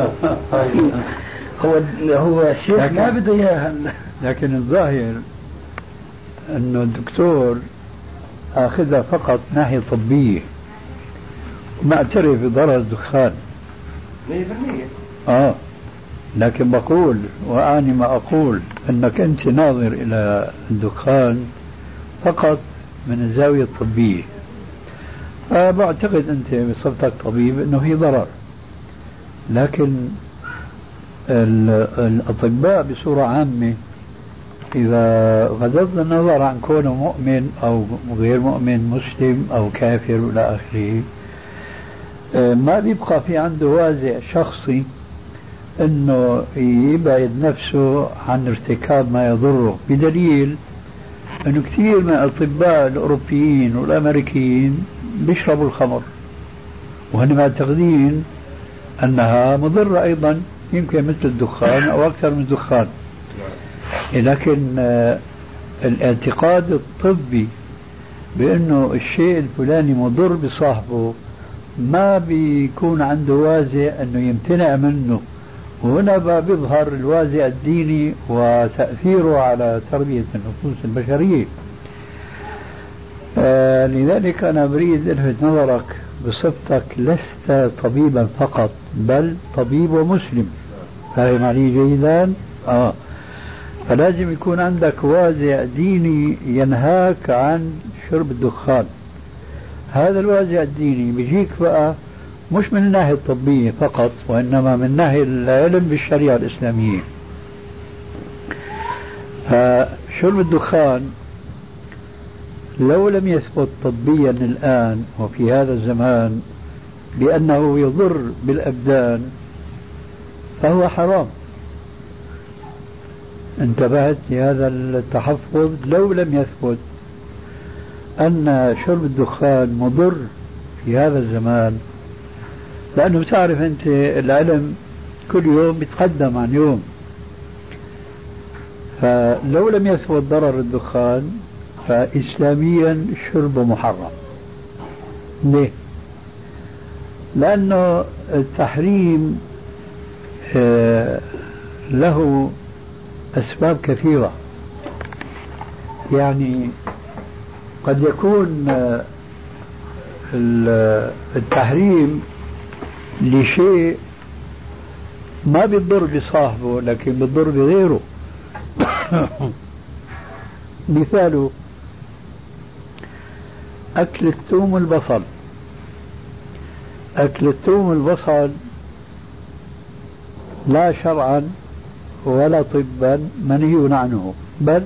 هو الشيخ ما بده إياها. لكن الظاهر أنه الدكتور أخذها فقط ناحية طبية ومعترف بضرر الدخان 100%. لكن بقول وأعني ما أقول أنك أنت ناظر إلى الدخان فقط من الزاوية الطبية. بعتقد أنت بصفتك طبيب أنه في ضرر، لكن الأطباء بصورة عامة إذا غضضنا النظر عن كونه مؤمن أو غير مؤمن، مسلم أو كافر إلى آخره، ما بيبقى في عنده وازع شخصي أنه يبعد نفسه عن ارتكاب ما يضره، بدليل أنه كثير من الأطباء الأوروبيين والأمريكيين بيشربوا الخمر وهم معتقدين أنها مضرة أيضا، يمكن مثل الدخان أو أكثر من الدخان. لكن الاعتقاد الطبي بأنه الشيء الفلاني مضر بصاحبه ما بيكون عنده وازع أنه يمتنع منه، وهنا بيظهر الوازع الديني وتأثيره على تربية النفوس البشرية. لذلك أنا أريد ألفت نظرك بصفتك لست طبيبا فقط بل طبيب ومسلم، فاهم علي جيدا؟ فلازم يكون عندك وازع ديني ينهاك عن شرب الدخان. هذا الوازع الديني بيجيك بقى مش من الناحية الطبية فقط، وإنما من ناحية العلم بالشريعة الإسلامية. فشرب الدخان لو لم يثبت طبيا الآن وفي هذا الزمان بأنه يضر بالأبدان فهو حرام. انتبهت لهذا التحفظ؟ لو لم يثبت أن شرب الدخان مضر في هذا الزمان، لأنه تعرف أنت العلم كل يوم بيتقدم عن يوم، فلو لم يثبت ضرر الدخان فإسلاميا شربه محرم. ليه؟ لأنه التحريم له أسباب كثيرة. يعني قد يكون التحريم لشيء ما بيضر بصاحبه لكن بيضر بغيره. مثاله أكل الثوم والبصل. أكل الثوم والبصل لا شرعا ولا طبا منهي عنه، بل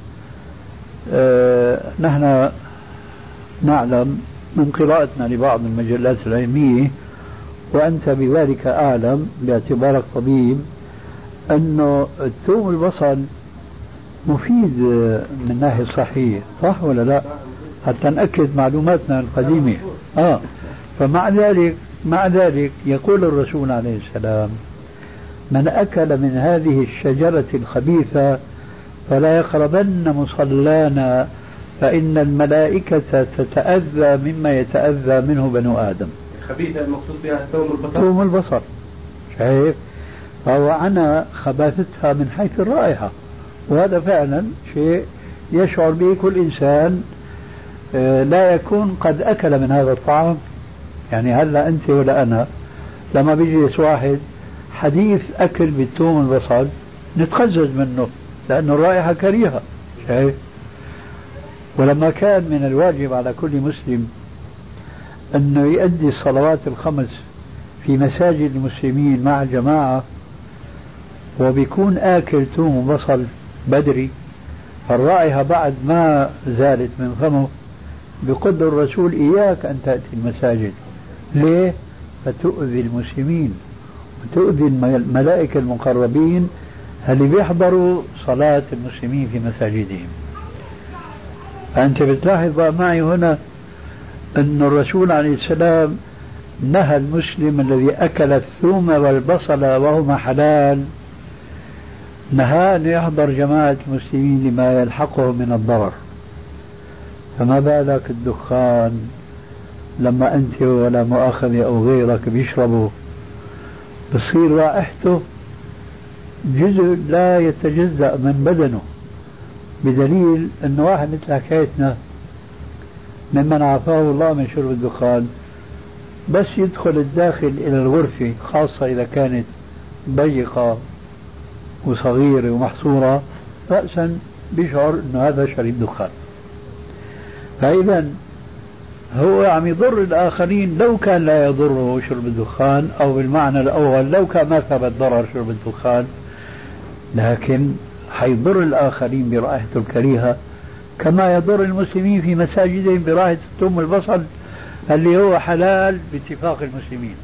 نحن نعلم من قراءتنا لبعض المجلات العلمية، وأنت بذلك أعلم باعتبارك طبيب، أنه الثوم والبصل مفيد من ناحية صحية، صح ولا لا؟ حتى نأكد معلوماتنا القديمة. مع ذلك يقول الرسول عليه السلام: من أكل من هذه الشجرة الخبيثة فلا يقربن مصلانا فإن الملائكة تتأذى مما يتأذى منه بنو آدم. الخبيثة المقصود بها ثوم البصر. شايف؟ فهو عنا خباثتها من حيث الرائحة، وهذا فعلا شيء يشعر به كل إنسان لا يكون قد أكل من هذا الطعام. يعني هلا أنت ولا أنا لما بيجلس واحد حديث أكل بالثوم والبصل نتقزز منه لأنه الرائحة كريهة. شايف؟ ولما كان من الواجب على كل مسلم أنه يؤدي الصلوات الخمس في مساجد المسلمين مع الجماعة وبيكون آكل ثوم وبصل بدري، فالرائحة بعد ما زالت من فمه بقدر الرسول: إياك أن تأتي المساجد. ليه؟ فتؤذي المسلمين وتؤذي الملائكة المقربين اللي بيحضروا صلاة المسلمين في مساجدهم. فأنت بتلاحظ معي هنا أن الرسول عليه السلام نهى المسلم الذي أكل الثوم والبصل وهما حلال، نهى أن يحضر جماعة المسلمين لما يلحقه من الضرر. فما بالك الدخان لما أنت ولا مؤاخذة أو غيرك بيشربوا بصير رائحته جزء لا يتجزأ من بدنه، بدليل أن واحد مثل حكايتنا ممن عافاه الله من شرب الدخان بس يدخل الداخل إلى الغرفة، خاصة إذا كانت ضيقة وصغيرة ومحصورة، رأسا بيشعر أنه هذا شريب دخان. فإذا هو عم يضر الآخرين لو كان لا يضره شرب الدخان، أو بالمعنى الأول لو كان ما ثبت ضرر شرب الدخان، لكن حيضر الآخرين برائحته الكريهة كما يضر المسلمين في مساجدهم برائحة الثوم والبصل اللي هو حلال باتفاق المسلمين.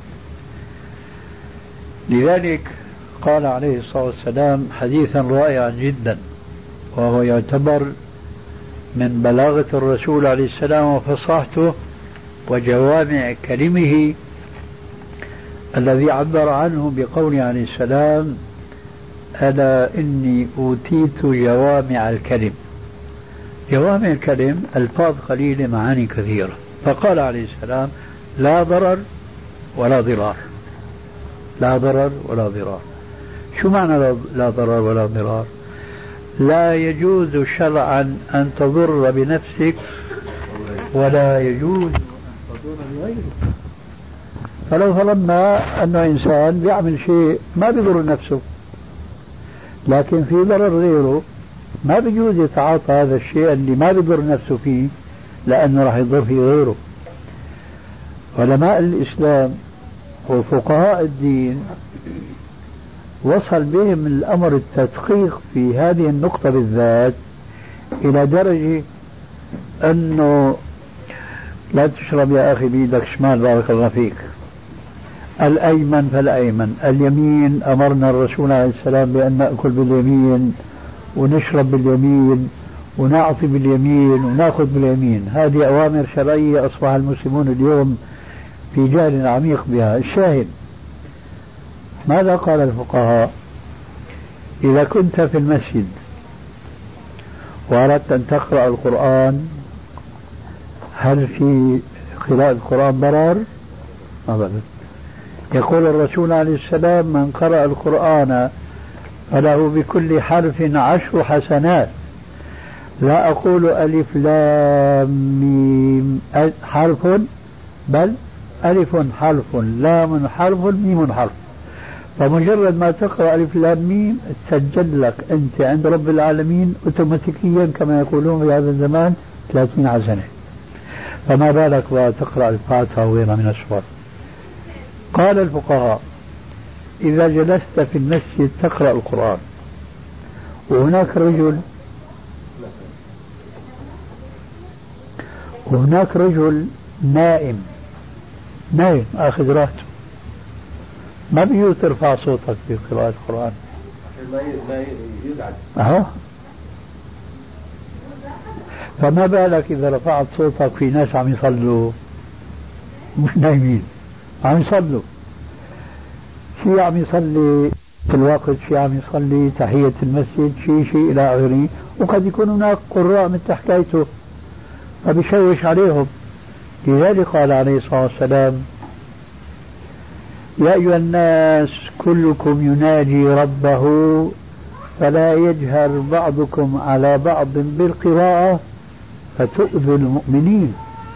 لذلك قال عليه الصلاة والسلام حديثا رائعا جدا، وهو يعتبر من بلاغة الرسول عليه السلام وفصاحته وجوامع كلمه، الذي عبر عنه بقوله عليه السلام: ألا إني أوتيت جوامع الكلم. جوامع الكلم ألفاظ قليلة معاني كثيرة. فقال عليه السلام: لا ضرر ولا ضرار. لا ضرر ولا ضرار. شو معنى لا ضرر ولا ضرار؟ لا يجوز شرعا أن تضر بنفسك ولا يجوز أن تضر بغيرك. فلو فرضنا أنه إنسان بيعمل شيء ما بيضر نفسه لكن في ضرر غيره، ما بيجوز يتعاطى هذا الشيء اللي ما بيضر نفسه فيه لأنه راح يضر فيه غيره. علماء الإسلام وفقهاء الدين وصل بهم الأمر التدقيق في هذه النقطة بالذات إلى درجة أنه لا تشرب يا أخي بيدك شمال بارك الله فيك، الأيمن فالأيمن. اليمين أمرنا الرسول عليه السلام بأن نأكل باليمين ونشرب باليمين ونعطي باليمين ونأخذ باليمين. هذه أوامر شرعية أصبح المسلمون اليوم في جهل عميق بها. الشاهد ماذا قال الفقهاء؟ إذا كنت في المسجد وأردت أن تقرأ القرآن هل في قراءة القرآن ضرر؟ أبدا. يقول الرسول عليه السلام: من قرأ القرآن فله بكل حرف 10 حسنات. لا أقول ألف لام ميم حرف، بل ألف حرف لام حرف ميم حرف. فمجرد ما تقرأ ألف لام ميم تسجل لك أنت عند رب العالمين أوتوماتيكيا كما يقولون في هذا الزمان 30 حسنة. فما بالك وتقرأ الفاتحة وغيرها من السور. قال الفقهاء: إذا جلست في المسجد تقرأ القرآن وهناك رجل نائم آخذ راحته، ما بيجوز ترفع صوتك في قراءة القرآن ما يزعج. فما بالك إذا رفعت صوتك في ناس عم يصلوا، مش نايمين، عم يصلوا. شيء عم يصلي في الوقت، شيء عم يصلي تحية المسجد، شيء إلى آخره. وقد يكون هناك قراء مثل حكايته فبيشوش عليهم. لذلك قال عليه الصلاة والسلام: يا أيها الناس كلكم يناجي ربه فلا يجهر بعضكم على بعض بالقراءة فتؤذوا المؤمنين.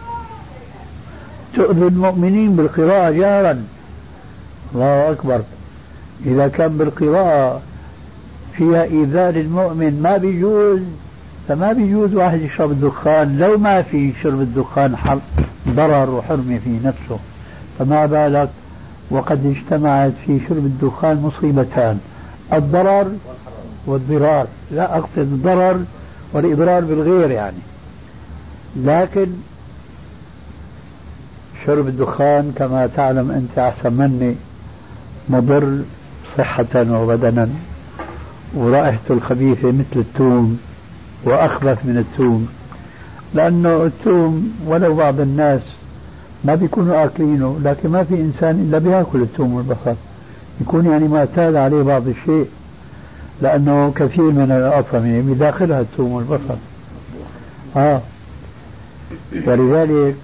تؤذوا المؤمنين بالقراءة جهرا. الله أكبر. إذا كان بالقراءة فيها إيذاء للمؤمن ما بيجوز، فما بيجوز واحد يشرب الدخان لو ما في شرب الدخان ضرر وحرمة في نفسه، فما بالك وقد اجتمعت في شرب الدخان مصيبتان: الضرر والضرار. لا أقصد الضرر والإضرار بالغير يعني. لكن شرب الدخان كما تعلم أنت أحسن مني مضر صحة وبدنا، ورائحته الخبيثة مثل الثوم وأخبث من الثوم، لأنه الثوم ولو بعض الناس ما بيكونوا آكلينه، لكن ما في إنسان إلا بيأكل الثوم والبصل، يكون يعني معتاد عليه بعض الشيء، لأنه كثير من الأطعمة بداخلها الثوم والبصل. ولذلك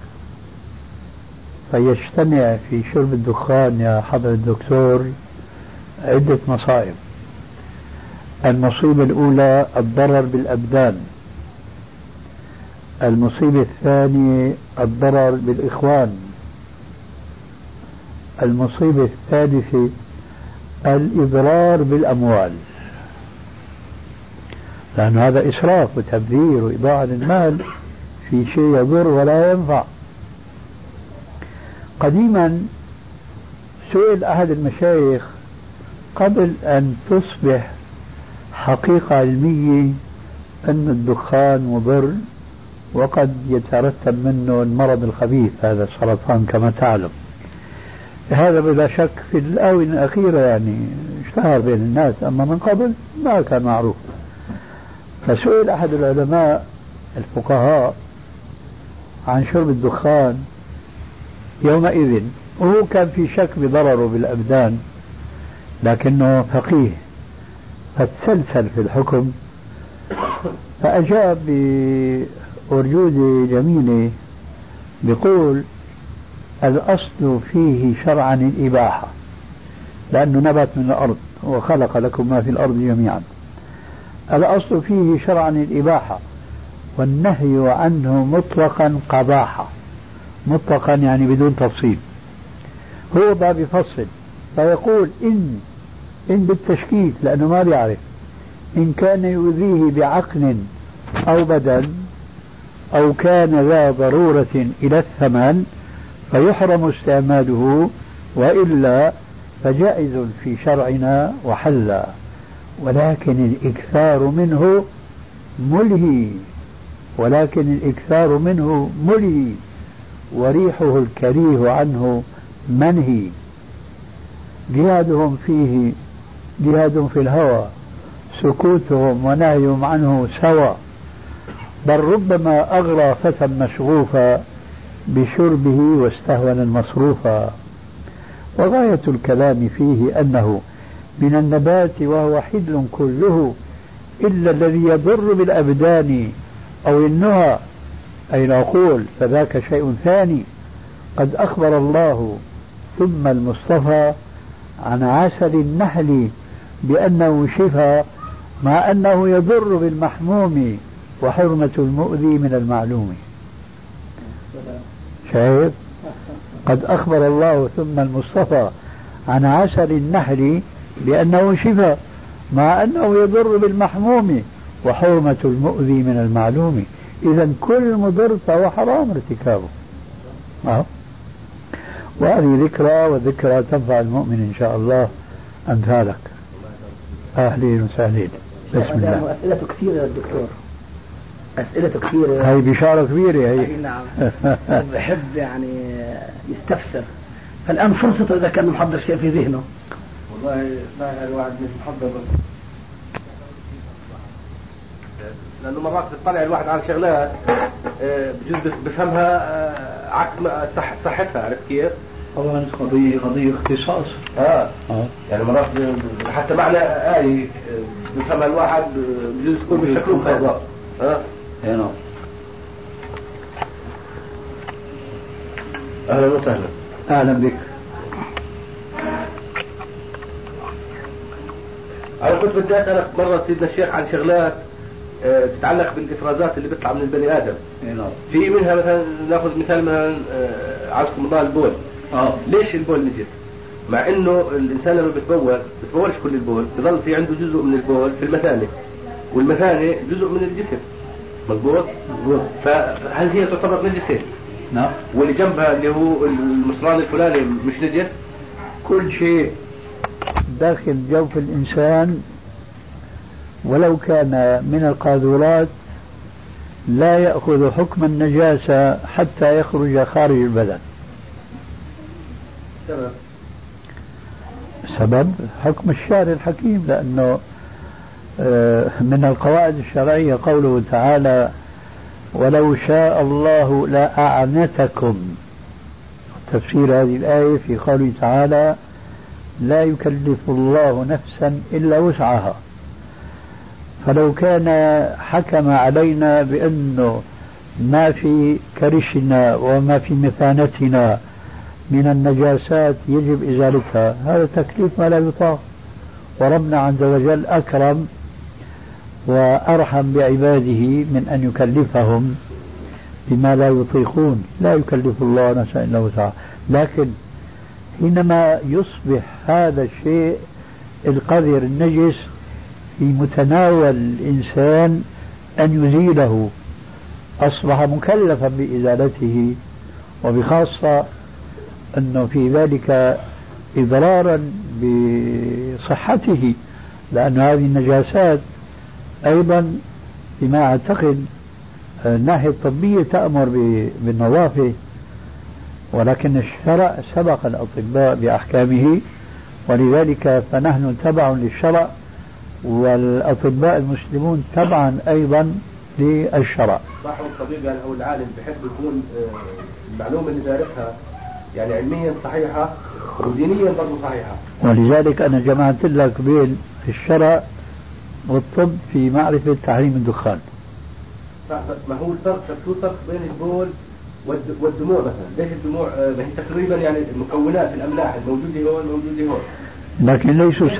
فيجتمع في شرب الدخان يا حضرة الدكتور عدة مصائب. المصيبة الأولى الضرر بالأبدان، المصيبة الثانية الضرر بالإخوان، المصيبة الثالثة الإضرار بالأموال، لأن هذا إسراف وتبذير وإضاعة للمال في شيء يضر ولا ينفع. قديما سئل أحد المشايخ قبل أن تصبح حقيقة علمية أن الدخان مضر وقد يترتب منه المرض الخبيث، هذا السرطان كما تعلم. هذا بلا شك في الآونة الأخيرة يعني اشتهر بين الناس، أما من قبل ما كان معروف. فسئل أحد العلماء الفقهاء عن شرب الدخان يومئذ، وهو كان في شك بضرره بالأبدان لكنه فقيه فتسلسل في الحكم، فأجاب بأرجوزة جميلة بيقول: الأصل فيه شرعا الإباحة، لأنه نبت من الأرض وخلق لكم ما في الأرض جميعا. الأصل فيه شرعا الإباحة، والنهي عنه مطلقا قباحة. مطلقا يعني بدون تفصيل. هو باب يفصل فيقول إن بالتشكيك، لأنه ما بيعرف إن كان يؤذيه بعقل أو بدن أو كان ذا ضرورة إلى الثمن فيحرم استعماله، وإلا فجائز في شرعنا وحلا. ولكن الإكثار منه ملهي، وريحه الكريه عنه منهي. جهادهم فيه جهاد في الهوى، سكوتهم ونهيهم عنه سوى، بل ربما أغرى فتى مشغوفا بشربه واستهون المصروفا. وغاية الكلام فيه أنه من النبات وهو حل كله إلا الذي يضر بالأبدان أو النهى أي العقول، فذاك شيء ثاني. قد أخبر الله ثم المصطفى عن عسل النحل بأنه شفاء، مع أنه يضر بالمحموم وحرمة المؤذي من المعلوم. شايف؟ قد أخبر الله ثم المصطفى عن عسل النحل بأنه شفاء، مع أنه يضر بالمحموم وحرمة المؤذي من المعلوم. إذا كل مضر فهو حرام ارتكابه. وهذه ذكرى، وذكرى تنفع المؤمن إن شاء الله. أمثالك أهلين وسهلين. بسم الله. أسئلة كثيرة يا دكتور، أسئلة كثيرة. هاي بشارة كبيرة هي. نعم. بحب يعني يستفسر، فالآن فرصته إذا كان محضر شيء في ذهنه. والله ما الواحد مش محضر، لأنه مرات بيطلع الواحد على شغلات بجوز بفهمها صحتها، عرفت كيف؟ طبعا قضية اختصاص. يعني مرات حتى معنى آية بفهمها الواحد بجوز تكون بالشكل فوضى. نعم. أهلا وسهلا. أهلا بك. أنا كنت بدي أسألك مرة سيدنا الشيخ عن شغلات تتعلق بالإفرازات اللي بتطلع من البني آدم. في منها مثلا ناخذ مثال مثلا عزكم الله البول. ليش البول نجس؟ مع إنه الإنسان لما بتبولش كل البول، يظل في عنده جزء من البول في المثانة، والمثانة جزء من الجسم. مضبوط؟ فهل هي تعتبر نجسة؟ نعم. واللي جنبها اللي هو المصران الفلاني مش نجس؟ كل شيء داخل جوف الإنسان ولو كان من القاذورات لا يأخذ حكم النجاسة حتى يخرج خارج البدن. سبب حكم الشارع الحكيم، لأنه من القواعد الشرعية قوله تعالى: ولو شاء الله لأعنتكم. تفسير هذه الآية في قوله تعالى: لا يكلف الله نفسا إلا وسعها. فلو كان حكم علينا بأنه ما في كرشنا وما في مثانتنا من النجاسات يجب إزالتها، هذا تكليف ما لا يطاق. وربنا عز وجل أكرم وأرحم بعباده من أن يكلفهم بما لا يطيقون. لا يكلف الله نفسا إلا وسعها. لكن حينما يصبح هذا الشيء القذر النجس في متناول الإنسان أن يزيله، أصبح مكلفا بإزالته، وبخاصة أنه في ذلك إضرارا بصحته، لأن هذه النجاسات أيضا بما أعتقد الناحية الطبية تأمر بالنظافة، ولكن الشرع سبق الأطباء بأحكامه، ولذلك فنحن تبع للشرع، والأطباء المسلمون تبعا أيضا للشرع. صاحب الطبيب يعني أو العالم بحب يكون المعلومة اللي دارسها يعني علميا صحيحة ودينيا برضو صحيحة. ولذلك أنا جمعت لك بين الشرع والطب في معرفة تحريم الدخان. ما هو الفرق؟ شو الفرق بين البول والدموع مثلا؟ ليش الدموع ما هي تقريبا يعني المكونات الأملاح الموجودة هون موجودة هون، لكن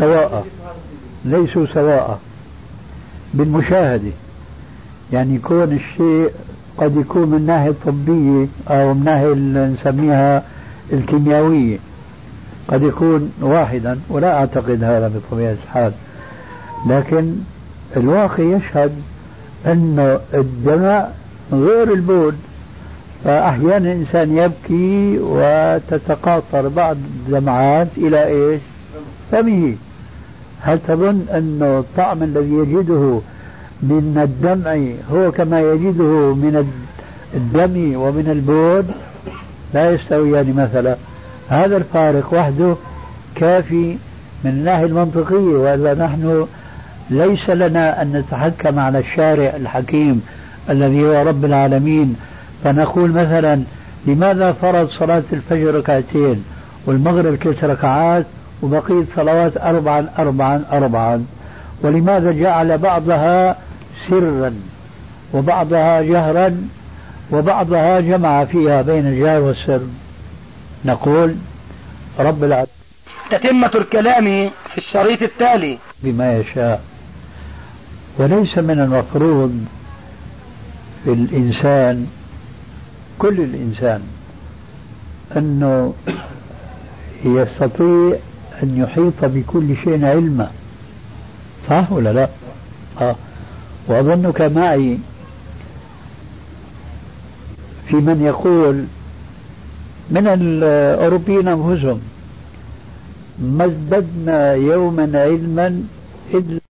ليسوا سواء بالمشاهدة. يعني يكون الشيء قد يكون من ناحية طبية أو من ناحية نسميها الكيميائية قد يكون واحدا، ولا أعتقد هذا بطبيعة الحال، لكن الواقع يشهد أن الدماء غير البول. فأحيانا الإنسان يبكي وتتقاطر بعض الدمعات إلى إيش؟ فمه. هل تظن أن الطعم الذي يجده من الدمع هو كما يجده من الدم ومن البول؟ لا يستويان مثلا. هذا الفارق وحده كافي من الناحية المنطقية، وإلا نحن ليس لنا أن نتحكم على الشارع الحكيم الذي هو رب العالمين، فنقول مثلا لماذا فرض صلاة الفجر ركعتين والمغرب 3 ركعات وبقية صلوات 4 ولماذا جعل بعضها سرا وبعضها جهرا وبعضها جمع فيها بين الجهر والسر؟ نقول رب العالمين. تتمة الكلام في الشريط التالي بما يشاء. وليس من المفروض في الإنسان كل الإنسان أنه يستطيع أن يحيط بكل شيء علما، صح ولا لا؟ وأظنك معي في من يقول من الأوروبيين أنفسهم: ما ازددنا يوما علما إلا